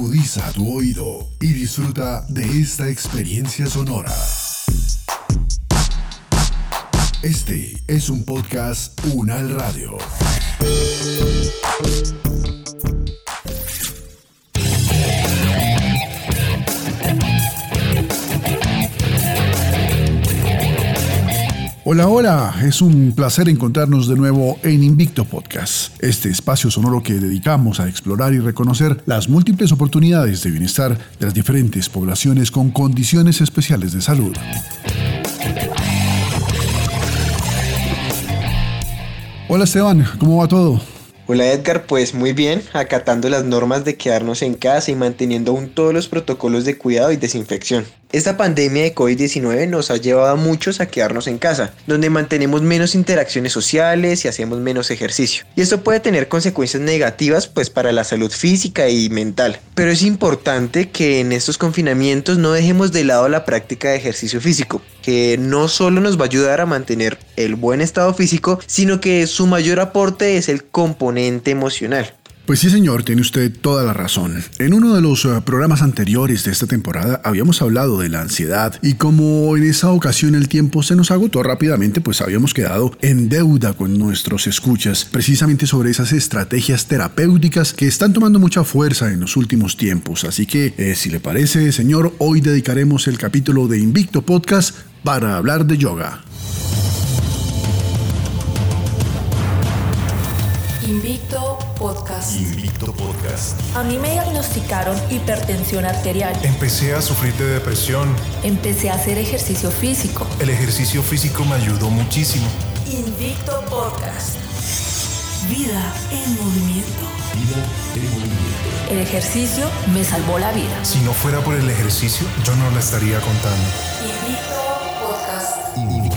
Agudiza tu oído y disfruta de esta experiencia sonora. Este es un podcast Unal Radio. Hola, hola, es un placer encontrarnos de nuevo en Invicto Podcast, este espacio sonoro que dedicamos a explorar y reconocer las múltiples oportunidades de bienestar de las diferentes poblaciones con condiciones especiales de salud. Hola Esteban, ¿cómo va todo? Hola Edgar, pues muy bien, acatando las normas de quedarnos en casa y manteniendo aún todos los protocolos de cuidado y desinfección. Esta pandemia de COVID-19 nos ha llevado a muchos a quedarnos en casa, donde mantenemos menos interacciones sociales y hacemos menos ejercicio. Y esto puede tener consecuencias negativas pues para la salud física y mental. Pero es importante que en estos confinamientos no dejemos de lado la práctica de ejercicio físico, que no solo nos va a ayudar a mantener el buen estado físico, sino que su mayor aporte es el componente emocional. Pues sí señor, tiene usted toda la razón. En uno de los programas anteriores de esta temporada habíamos hablado de la ansiedad y como en esa ocasión el tiempo se nos agotó rápidamente, pues habíamos quedado en deuda con nuestros escuchas precisamente sobre esas estrategias terapéuticas que están tomando mucha fuerza en los últimos tiempos. Así que, si le parece señor, hoy dedicaremos el capítulo de Invicto Podcast para hablar de yoga. Invicto Podcast. Invicto Podcast. A mí me diagnosticaron hipertensión arterial. Empecé a sufrir de depresión. Empecé a hacer ejercicio físico. El ejercicio físico me ayudó muchísimo. Invicto Podcast. Vida en movimiento. Vida en movimiento. El ejercicio me salvó la vida. Si no fuera por el ejercicio, yo no la estaría contando. Invicto Podcast. Invicto.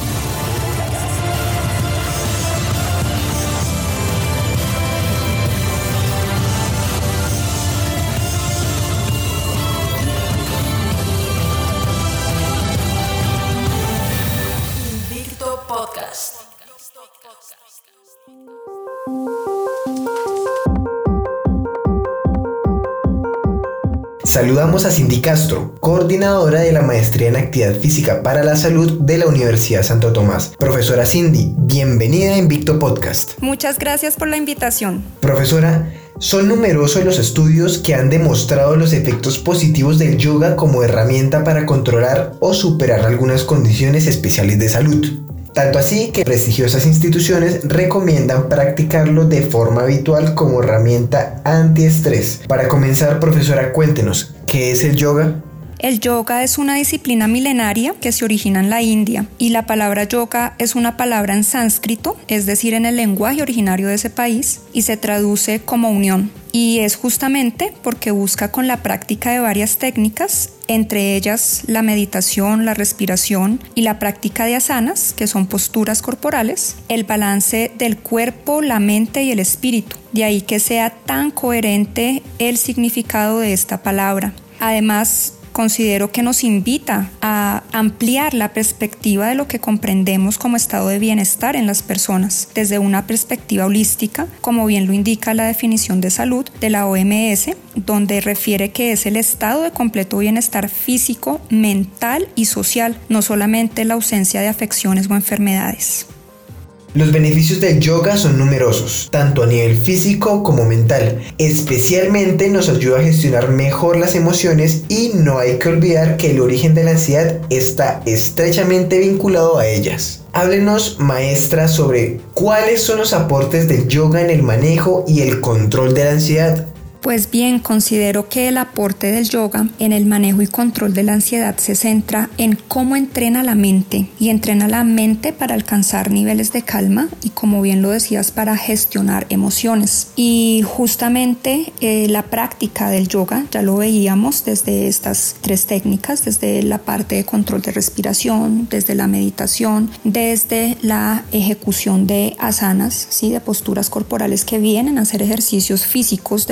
Podcast. Saludamos a Cindy Castro, coordinadora de la Maestría en Actividad Física para la Salud de la Universidad Santo Tomás. Profesora Cindy, bienvenida a Invicto Podcast. Muchas gracias por la invitación. Profesora, son numerosos los estudios que han demostrado los efectos positivos del yoga como herramienta para controlar o superar algunas condiciones especiales de salud. Tanto así que prestigiosas instituciones recomiendan practicarlo de forma habitual como herramienta antiestrés. Para comenzar, profesora, cuéntenos, ¿qué es el yoga? El yoga es una disciplina milenaria que se origina en la India y la palabra yoga es una palabra en sánscrito, es decir, en el lenguaje originario de ese país, y se traduce como unión. Y es justamente porque busca con la práctica de varias técnicas, entre ellas la meditación, la respiración y la práctica de asanas, que son posturas corporales, el balance del cuerpo, la mente y el espíritu. De ahí que sea tan coherente el significado de esta palabra. Además, considero que nos invita a ampliar la perspectiva de lo que comprendemos como estado de bienestar en las personas, desde una perspectiva holística, como bien lo indica la definición de salud de la OMS, donde refiere que es el estado de completo bienestar físico, mental y social, no solamente la ausencia de afecciones o enfermedades. Los beneficios del yoga son numerosos, tanto a nivel físico como mental. Especialmente nos ayuda a gestionar mejor las emociones y no hay que olvidar que el origen de la ansiedad está estrechamente vinculado a ellas. Háblenos, maestra, sobre cuáles son los aportes del yoga en el manejo y el control de la ansiedad. Pues bien, considero que el aporte del yoga en el manejo y control de la ansiedad se centra en cómo entrena la mente y entrena la mente para alcanzar niveles de calma y, como bien lo decías, para gestionar emociones. Y justamente la práctica del yoga, ya lo veíamos desde estas tres técnicas, desde la parte de control de respiración, desde la meditación, desde la ejecución de asanas, ¿sí? De posturas corporales que vienen a hacer ejercicios físicos de elongación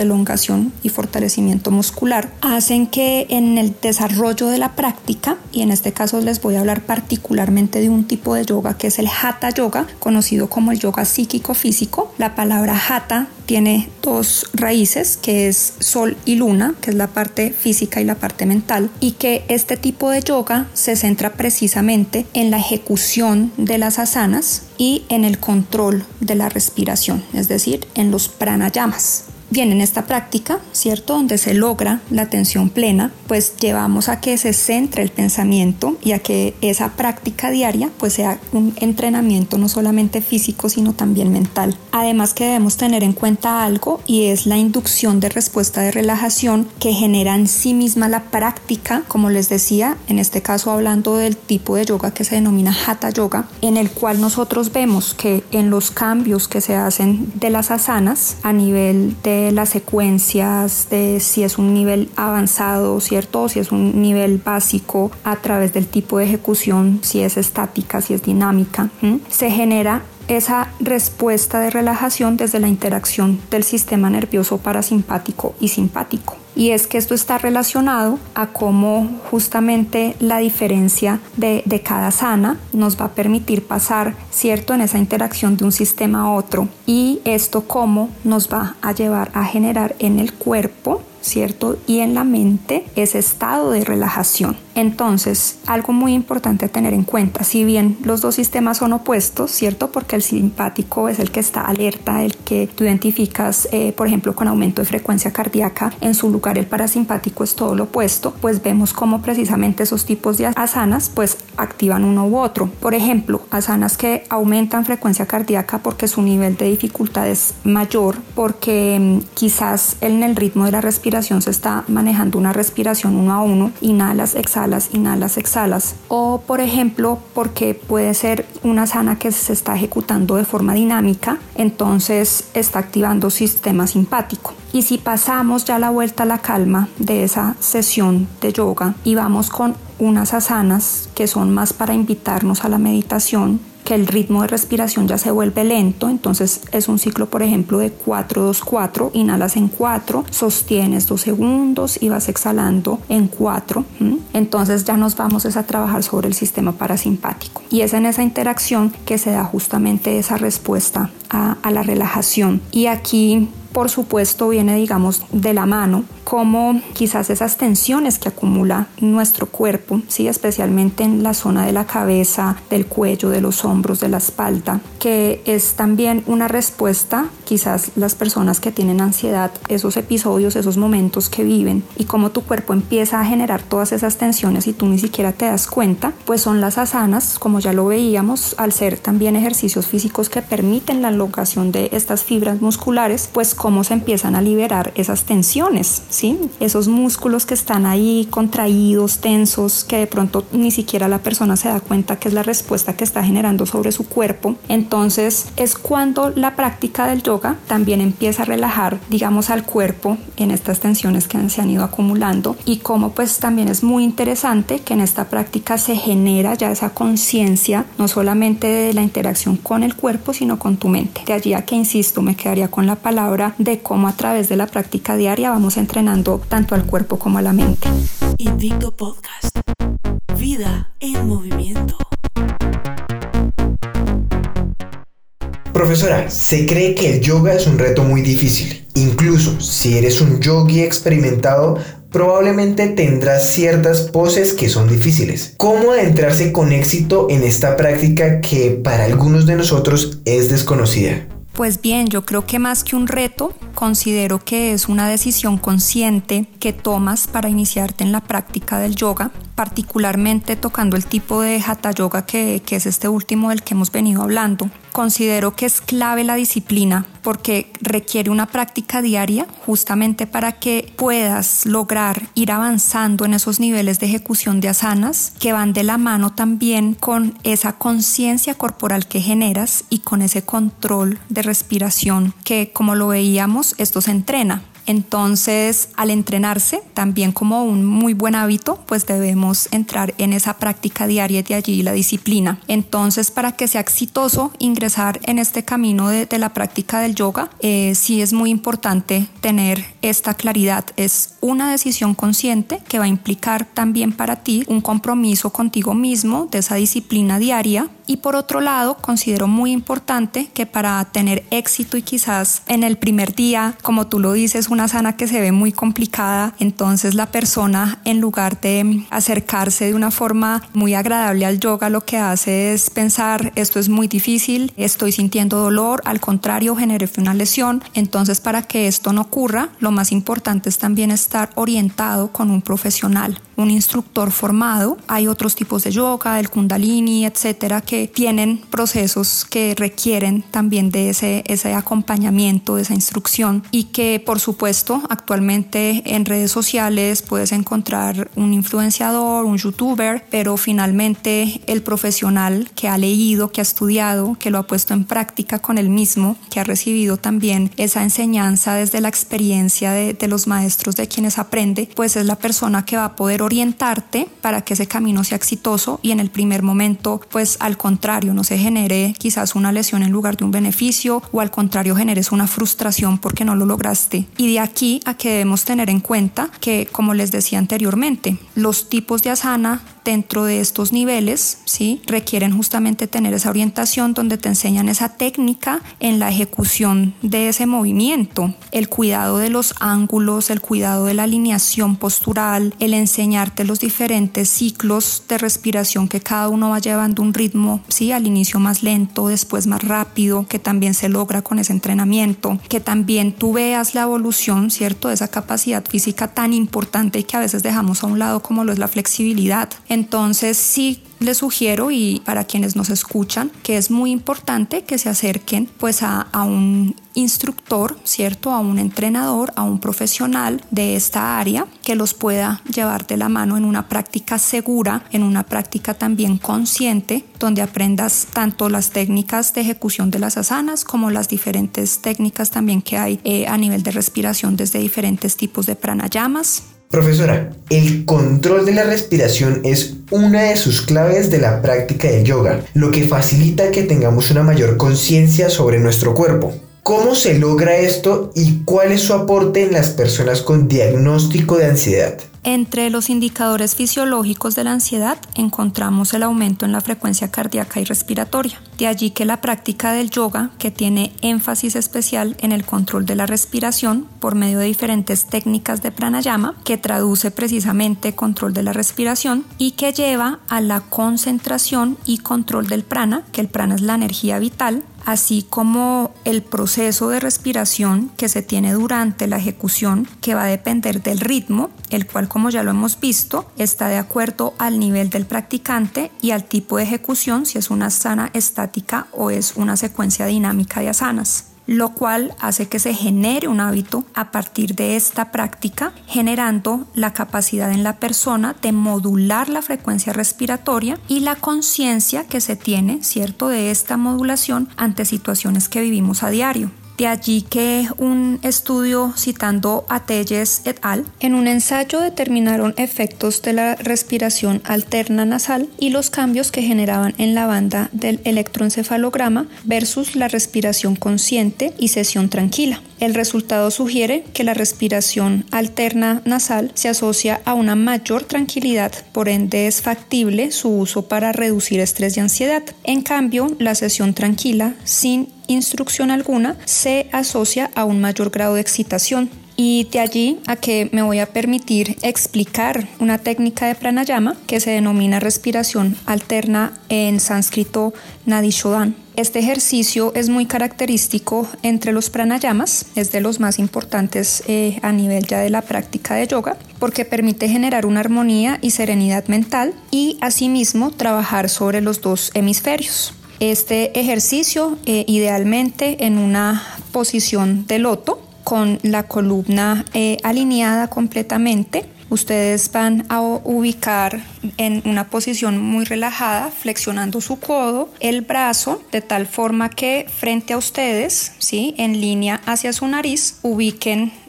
respiración y fortalecimiento muscular, hacen que en el desarrollo de la práctica, y en este caso les voy a hablar particularmente de un tipo de yoga que es el Hatha Yoga, conocido como el yoga psíquico-físico. La palabra Hatha tiene dos raíces, que es sol y luna, que es la parte física y la parte mental, y que este tipo de yoga se centra precisamente en la ejecución de las asanas y en el control de la respiración, es decir, en los pranayamas. Bien, en esta práctica, ¿cierto?, donde se logra la atención plena, pues llevamos a que se centre el pensamiento y a que esa práctica diaria pues sea un entrenamiento no solamente físico, sino también mental. Además que debemos tener en cuenta algo, y es la inducción de respuesta de relajación que genera en sí misma la práctica, como les decía, en este caso hablando del tipo de yoga que se denomina Hatha Yoga, en el cual nosotros vemos que en los cambios que se hacen de las asanas a nivel de las secuencias, de si es un nivel avanzado, ¿cierto?, o si es un nivel básico, a través del tipo de ejecución, si es estática, si es dinámica, se genera esa respuesta de relajación desde la interacción del sistema nervioso parasimpático y simpático. Y es que esto está relacionado a cómo justamente la diferencia de cada asana nos va a permitir pasar, ¿cierto?, en esa interacción de un sistema a otro, y esto cómo nos va a llevar a generar en el cuerpo, ¿cierto?, y en la mente ese estado de relajación. Entonces, algo muy importante a tener en cuenta, si bien los dos sistemas son opuestos, ¿cierto?, porque el simpático es el que está alerta, el que tú identificas, por ejemplo, con aumento de frecuencia cardíaca, en su lugar el parasimpático es todo lo opuesto, pues vemos cómo precisamente esos tipos de asanas pues activan uno u otro. Por ejemplo, asanas que aumentan frecuencia cardíaca porque su nivel de dificultad es mayor, porque quizás en el ritmo de la respiración se está manejando una respiración 1 a 1, inhalas, exhalas, o por ejemplo porque puede ser una asana que se está ejecutando de forma dinámica, entonces está activando sistema simpático. Y si pasamos ya la vuelta a la calma de esa sesión de yoga y vamos con unas asanas que son más para invitarnos a la meditación, que el ritmo de respiración ya se vuelve lento, entonces es un ciclo, por ejemplo, de 4-2-4, inhalas en 4, sostienes 2 segundos y vas exhalando en 4, entonces ya nos vamos a trabajar sobre el sistema parasimpático, y es en esa interacción que se da justamente esa respuesta a la relajación. Y aquí, por supuesto, viene, digamos, de la mano como quizás esas tensiones que acumula nuestro cuerpo, ¿sí?, especialmente en la zona de la cabeza, del cuello, de los hombros, de la espalda, que es también una respuesta, quizás las personas que tienen ansiedad, esos episodios, esos momentos que viven, y cómo tu cuerpo empieza a generar todas esas tensiones y tú ni siquiera te das cuenta, pues son las asanas, como ya lo veíamos, al ser también ejercicios físicos que permiten la elongación de estas fibras musculares, pues cómo se empiezan a liberar esas tensiones, ¿sí? Esos músculos que están ahí contraídos, tensos, que de pronto ni siquiera la persona se da cuenta que es la respuesta que está generando sobre su cuerpo. Entonces es cuando la práctica del yoga también empieza a relajar, digamos, al cuerpo en estas tensiones que se han ido acumulando, y como pues también es muy interesante que en esta práctica se genera ya esa conciencia, no solamente de la interacción con el cuerpo, sino con tu mente. De allí a que, insisto, me quedaría con la palabra de cómo a través de la práctica diaria vamos entrenando tanto al cuerpo como a la mente. Invicto Podcast. Vida en movimiento. Profesora, se cree que el yoga es un reto muy difícil. Incluso si eres un yogui experimentado, probablemente tendrás ciertas poses que son difíciles. ¿Cómo adentrarse con éxito en esta práctica que para algunos de nosotros es desconocida? Pues bien, yo creo que más que un reto, considero que es una decisión consciente que tomas para iniciarte en la práctica del yoga, particularmente tocando el tipo de Hatha Yoga que es este último del que hemos venido hablando. Considero que es clave la disciplina porque requiere una práctica diaria justamente para que puedas lograr ir avanzando en esos niveles de ejecución de asanas que van de la mano también con esa conciencia corporal que generas y con ese control de respiración que, como lo veíamos, esto se entrena. Entonces, al entrenarse, también como un muy buen hábito, pues debemos entrar en esa práctica diaria y de allí la disciplina. Entonces, para que sea exitoso ingresar en este camino de la práctica del yoga, sí es muy importante tener esta claridad. Es una decisión consciente que va a implicar también para ti un compromiso contigo mismo de esa disciplina diaria. Y por otro lado, considero muy importante que para tener éxito y quizás en el primer día, como tú lo dices, una asana que se ve muy complicada, entonces la persona, en lugar de acercarse de una forma muy agradable al yoga, lo que hace es pensar: esto es muy difícil, estoy sintiendo dolor, al contrario, generé una lesión. Entonces, para que esto no ocurra, lo más importante es también estar orientado con un profesional, un instructor formado. Hay otros tipos de yoga, el kundalini, etcétera, que tienen procesos que requieren también de ese acompañamiento, de esa instrucción, y que por supuesto actualmente en redes sociales puedes encontrar un influenciador, un youtuber, pero finalmente el profesional que ha leído, que ha estudiado, que lo ha puesto en práctica con él mismo, que ha recibido también esa enseñanza desde la experiencia de los maestros de quienes aprende, pues es la persona que va a poder orientarte para que ese camino sea exitoso y en el primer momento, pues al contrario, no se genere quizás una lesión en lugar de un beneficio, o al contrario generes una frustración porque no lo lograste. Y de aquí a que debemos tener en cuenta que, como les decía anteriormente, los tipos de asana dentro de estos niveles, ¿sí?, requieren justamente tener esa orientación donde te enseñan esa técnica en la ejecución de ese movimiento, el cuidado de los ángulos, el cuidado de la alineación postural, el enseñarte los diferentes ciclos de respiración que cada uno va llevando un ritmo, ¿sí?, al inicio más lento, después más rápido, que también se logra con ese entrenamiento, que también tú veas la evolución, ¿cierto?, de esa capacidad física tan importante y que a veces dejamos a un lado, como lo es la flexibilidad. Entonces sí les sugiero, y para quienes nos escuchan, que es muy importante que se acerquen pues a un instructor, ¿cierto?, a un entrenador, a un profesional de esta área que los pueda llevar de la mano en una práctica segura, en una práctica también consciente, donde aprendas tanto las técnicas de ejecución de las asanas como las diferentes técnicas también que hay a nivel de respiración, desde diferentes tipos de pranayamas. Profesora, el control de la respiración es una de sus claves de la práctica del yoga, lo que facilita que tengamos una mayor conciencia sobre nuestro cuerpo. ¿Cómo se logra esto y cuál es su aporte en las personas con diagnóstico de ansiedad? Entre los indicadores fisiológicos de la ansiedad encontramos el aumento en la frecuencia cardíaca y respiratoria. De allí que la práctica del yoga, que tiene énfasis especial en el control de la respiración por medio de diferentes técnicas de pranayama, que traduce precisamente control de la respiración y que lleva a la concentración y control del prana, que el prana es la energía vital, así como el proceso de respiración que se tiene durante la ejecución, que va a depender del ritmo, el cual, como ya lo hemos visto, está de acuerdo al nivel del practicante y al tipo de ejecución, si es una asana estática o es una secuencia dinámica de asanas, lo cual hace que se genere un hábito a partir de esta práctica, generando la capacidad en la persona de modular la frecuencia respiratoria y la conciencia que se tiene, ¿cierto?, de esta modulación ante situaciones que vivimos a diario. De allí que un estudio citando a Telles et al. En un ensayo determinaron efectos de la respiración alterna nasal y los cambios que generaban en la banda del electroencefalograma versus la respiración consciente y sesión tranquila. El resultado sugiere que la respiración alterna nasal se asocia a una mayor tranquilidad, por ende es factible su uso para reducir estrés y ansiedad. En cambio, la sesión tranquila, sin instrucción alguna, se asocia a un mayor grado de excitación. Y de allí a que me voy a permitir explicar una técnica de pranayama que se denomina respiración alterna, en sánscrito Nadi Shodhana. Este ejercicio es muy característico entre los pranayamas, es de los más importantes a nivel ya de la práctica de yoga, porque permite generar una armonía y serenidad mental y asimismo trabajar sobre los dos hemisferios. Este ejercicio idealmente en una posición de loto, con la columna alineada completamente. Ustedes van a ubicar en una posición muy relajada, flexionando su codo, el brazo, de tal forma que frente a ustedes, ¿sí?, en línea hacia su nariz, ubiquen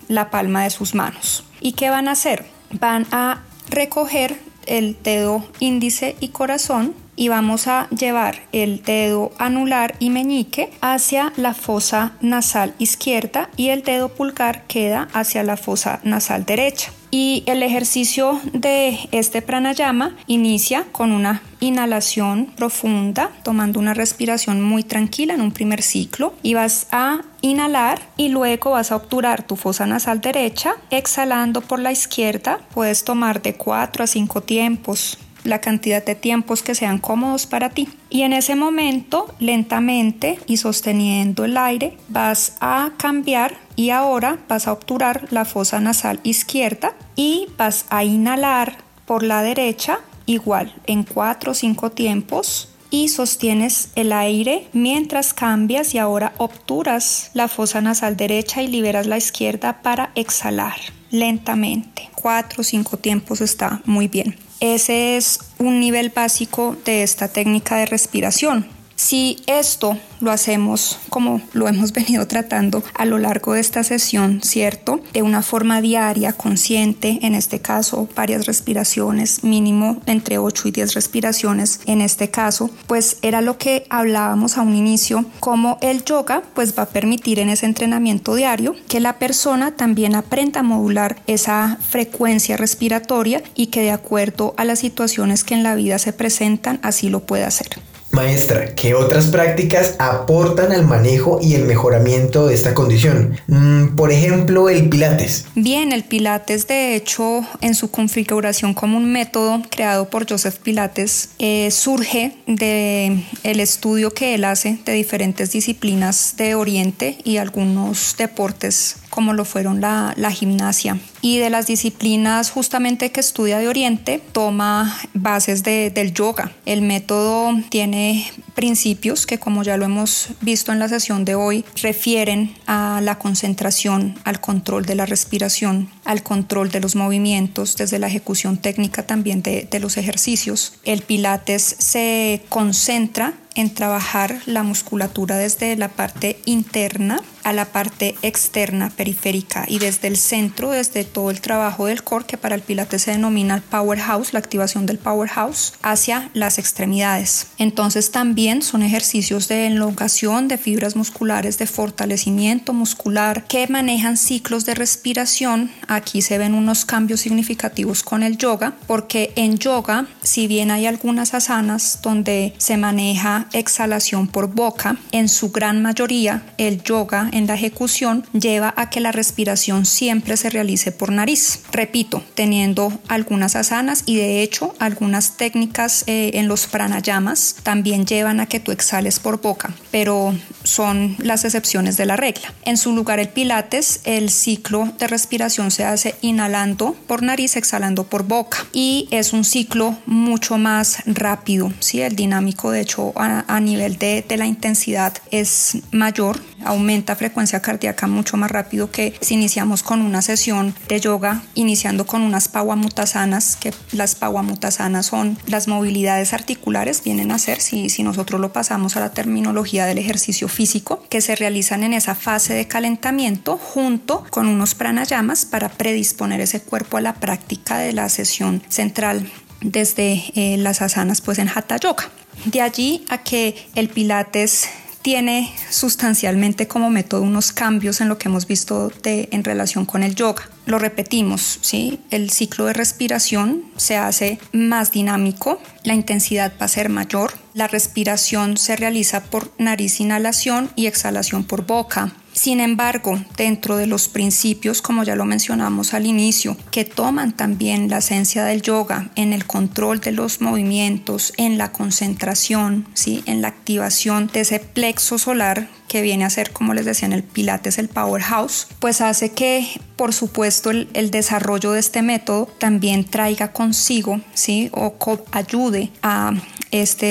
la palma de sus manos. ¿Y qué van a hacer? Van a recoger el dedo índice y corazón y vamos a llevar el dedo anular y meñique hacia la fosa nasal izquierda y el dedo pulgar queda hacia la fosa nasal derecha. Y el ejercicio de este pranayama inicia con una inhalación profunda, tomando una respiración muy tranquila en un primer ciclo, y vas a inhalar y luego vas a obturar tu fosa nasal derecha, exhalando por la izquierda. Puedes tomar de 4 a 5 tiempos, la cantidad de tiempos que sean cómodos para ti. Y en ese momento, lentamente y sosteniendo el aire, vas a cambiar y ahora vas a obturar la fosa nasal izquierda y vas a inhalar por la derecha, igual en 4 o 5 tiempos, y sostienes el aire mientras cambias y ahora obturas la fosa nasal derecha y liberas la izquierda para exhalar lentamente. 4 o 5 tiempos está muy bien. Ese es un nivel básico de esta técnica de respiración. Si esto lo hacemos como lo hemos venido tratando a lo largo de esta sesión, ¿cierto? De una forma diaria, consciente, en este caso varias respiraciones, mínimo entre 8 y 10 respiraciones en este caso, pues era lo que hablábamos a un inicio, como el yoga pues va a permitir en ese entrenamiento diario que la persona también aprenda a modular esa frecuencia respiratoria y que de acuerdo a las situaciones que en la vida se presentan así lo pueda hacer. Maestra, ¿qué otras prácticas aportan al manejo y el mejoramiento de esta condición? Por ejemplo, el Pilates. Bien, el Pilates, de hecho, en su configuración como un método creado por Joseph Pilates, surge del estudio que él hace de diferentes disciplinas de Oriente y algunos deportes como lo fueron la gimnasia. Y de las disciplinas justamente que estudia de Oriente, toma bases del yoga. El método tiene principios que, como ya lo hemos visto en la sesión de hoy, refieren a la concentración, al control de la respiración, al control de los movimientos, desde la ejecución técnica también de los ejercicios. El Pilates se concentra en trabajar la musculatura desde la parte interna a la parte externa periférica y desde el centro, desde todo el trabajo del core, que para el Pilates se denomina el powerhouse, la activación del powerhouse, hacia las extremidades. Entonces también son ejercicios de elongación de fibras musculares, de fortalecimiento muscular que manejan ciclos de respiración. Aquí se ven unos cambios significativos con el yoga, porque en yoga, si bien hay algunas asanas donde se maneja exhalación por boca, en su gran mayoría el yoga en la ejecución lleva a que la respiración siempre se realice por nariz. Repito, teniendo algunas asanas y de hecho algunas técnicas en los pranayamas también llevan a que tú exhales por boca, pero son las excepciones de la regla. En su lugar, el Pilates, el ciclo de respiración se hace inhalando por nariz, exhalando por boca, y es un ciclo mucho más rápido, ¿sí? El dinámico, de hecho, a nivel de la intensidad es mayor, aumenta frecuencia cardíaca mucho más rápido que si iniciamos con una sesión de yoga, iniciando con unas Pavamuktasanas, que las Pavamuktasanas son las movilidades articulares, vienen a ser, si nosotros lo pasamos a la terminología del ejercicio físico, que se realizan en esa fase de calentamiento junto con unos pranayamas para predisponer ese cuerpo a la práctica de la sesión central desde las asanas pues en Hatha Yoga. De allí a que el Pilates tiene sustancialmente como método unos cambios en lo que hemos visto en relación con el yoga. Lo repetimos, ¿sí? El ciclo de respiración se hace más dinámico, la intensidad va a ser mayor, la respiración se realiza por nariz, inhalación, y exhalación por boca. Sin embargo, dentro de los principios, como ya lo mencionamos al inicio, que toman también la esencia del yoga en el control de los movimientos, en la concentración, ¿sí? En la activación de ese plexo solar que viene a ser, como les decía en el Pilates, el powerhouse, pues hace que, por supuesto, el desarrollo de este método también traiga consigo, ¿sí? O ayude a este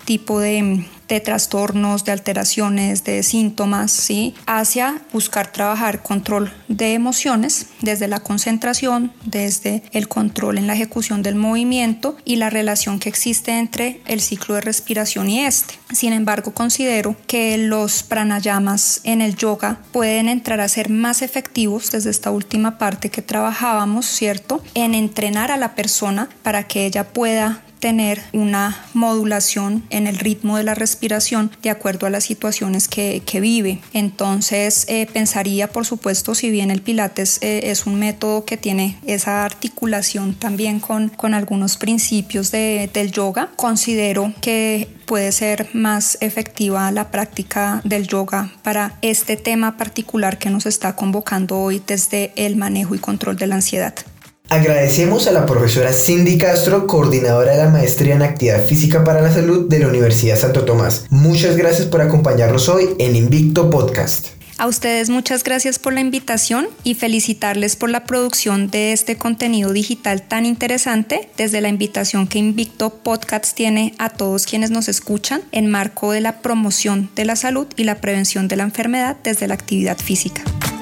tipo de trastornos, de alteraciones, de síntomas, ¿sí? Hacia buscar trabajar control de emociones desde la concentración, desde el control en la ejecución del movimiento y la relación que existe entre el ciclo de respiración y este. Sin embargo, considero que los pranayamas en el yoga pueden entrar a ser más efectivos desde esta última parte que trabajábamos, ¿cierto? En entrenar a la persona para que ella pueda tener una modulación en el ritmo de la respiración de acuerdo a las situaciones que vive. Entonces pensaría, por supuesto, si bien el Pilates es un método que tiene esa articulación también con algunos principios del yoga, considero que puede ser más efectiva la práctica del yoga para este tema particular que nos está convocando hoy desde el manejo y control de la ansiedad. Agradecemos a la profesora Cindy Castro, coordinadora de la Maestría en Actividad Física para la Salud de la Universidad Santo Tomás. Muchas gracias por acompañarnos hoy en Invicto Podcast. A ustedes muchas gracias por la invitación y felicitarles por la producción de este contenido digital tan interesante, desde la invitación que Invicto Podcast tiene a todos quienes nos escuchan en marco de la promoción de la salud y la prevención de la enfermedad desde la actividad física.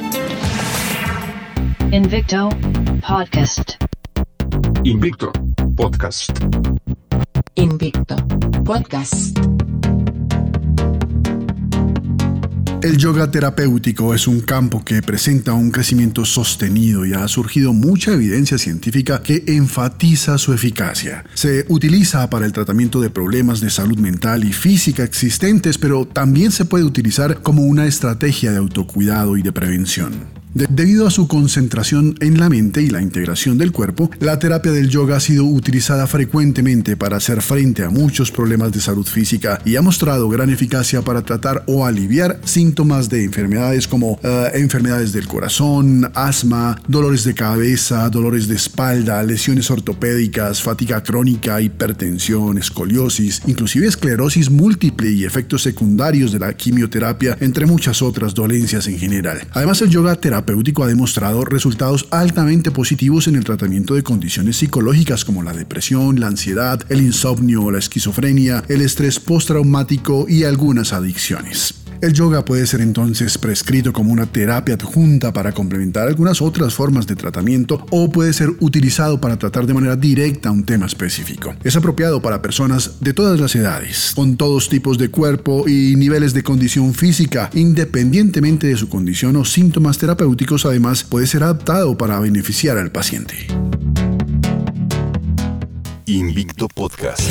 Invicto Podcast. Invicto Podcast. Invicto Podcast. El yoga terapéutico es un campo que presenta un crecimiento sostenido y ha surgido mucha evidencia científica que enfatiza su eficacia. Se utiliza para el tratamiento de problemas de salud mental y física existentes, pero también se puede utilizar como una estrategia de autocuidado y de prevención. Debido a su concentración en la mente y la integración del cuerpo, la terapia del yoga ha sido utilizada frecuentemente para hacer frente a muchos problemas de salud física y ha mostrado gran eficacia para tratar o aliviar síntomas de enfermedades como enfermedades del corazón, asma, dolores de cabeza, dolores de espalda, lesiones ortopédicas, fatiga crónica, hipertensión, escoliosis, inclusive esclerosis múltiple y efectos secundarios de la quimioterapia, entre muchas otras dolencias en general. Además, el yoga terapéutico ha demostrado resultados altamente positivos en el tratamiento de condiciones psicológicas como la depresión, la ansiedad, el insomnio, la esquizofrenia, el estrés postraumático y algunas adicciones. El yoga puede ser entonces prescrito como una terapia adjunta para complementar algunas otras formas de tratamiento o puede ser utilizado para tratar de manera directa un tema específico. Es apropiado para personas de todas las edades, con todos tipos de cuerpo y niveles de condición física, independientemente de su condición o síntomas terapéuticos. Además, puede ser adaptado para beneficiar al paciente. Invicto Podcast.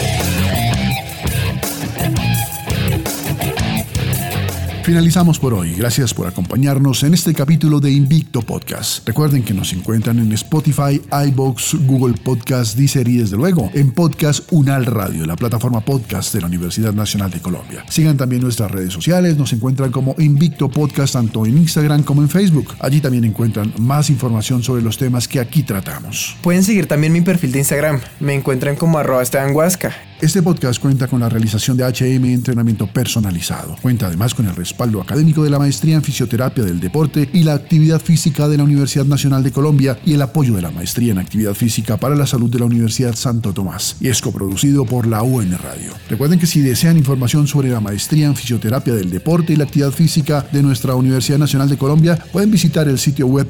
Finalizamos por hoy. Gracias por acompañarnos en este capítulo de Invicto Podcast. Recuerden que nos encuentran en Spotify, iVoox, Google Podcast, Deezer y desde luego en Podcast Unal Radio, la plataforma podcast de la Universidad Nacional de Colombia. Sigan también nuestras redes sociales. Nos encuentran como Invicto Podcast tanto en Instagram como en Facebook. Allí también encuentran más información sobre los temas que aquí tratamos. Pueden seguir también mi perfil de Instagram. Me encuentran como @EstebanHuasca. Este podcast cuenta con la realización de HM Entrenamiento Personalizado. Cuenta además con el respaldo académico de la Maestría en Fisioterapia del Deporte y la Actividad Física de la Universidad Nacional de Colombia y el apoyo de la Maestría en Actividad Física para la Salud de la Universidad Santo Tomás. Y es coproducido por la UN Radio. Recuerden que si desean información sobre la Maestría en Fisioterapia del Deporte y la Actividad Física de nuestra Universidad Nacional de Colombia, pueden visitar el sitio web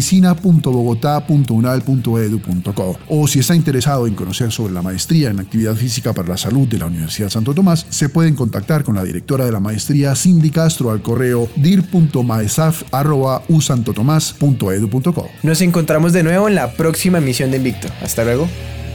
medicina.bogotá.unal.edu.co. O si está interesado en conocer sobre la Maestría en Actividad Física para la Salud de la Universidad Santo Tomás, se pueden contactar con la directora de la maestría, Cindy Castro, al correo dir.maesaf@usantotomás.edu.co. Nos encontramos de nuevo en la próxima emisión de Invicto. Hasta luego.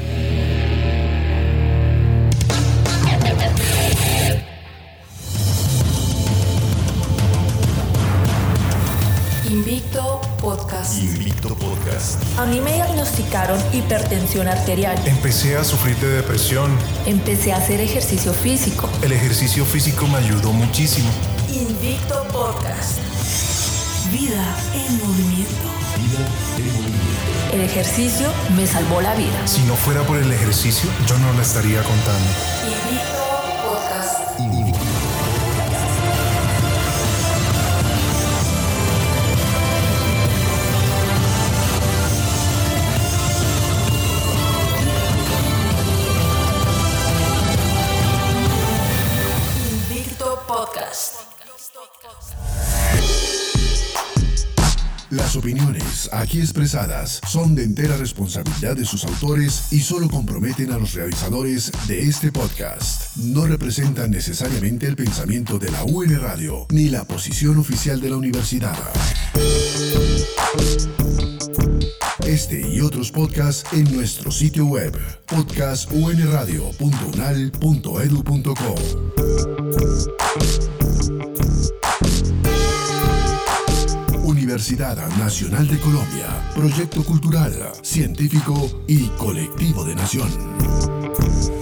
Invicto Podcast. Invicto Podcast. A mí me diagnosticaron hipertensión arterial. Empecé a sufrir de depresión. Empecé a hacer ejercicio físico. El ejercicio físico me ayudó muchísimo. Invicto Podcast. Vida en movimiento. El ejercicio me salvó la vida. Si no fuera por el ejercicio, yo no la estaría contando. Invicto Podcast. Las opiniones aquí expresadas son de entera responsabilidad de sus autores y solo comprometen a los realizadores de este podcast. No representan necesariamente el pensamiento de la UN Radio ni la posición oficial de la universidad. Este y otros podcasts en nuestro sitio web podcastunradio.unal.edu.co. Universidad Nacional de Colombia, proyecto cultural, científico y colectivo de nación.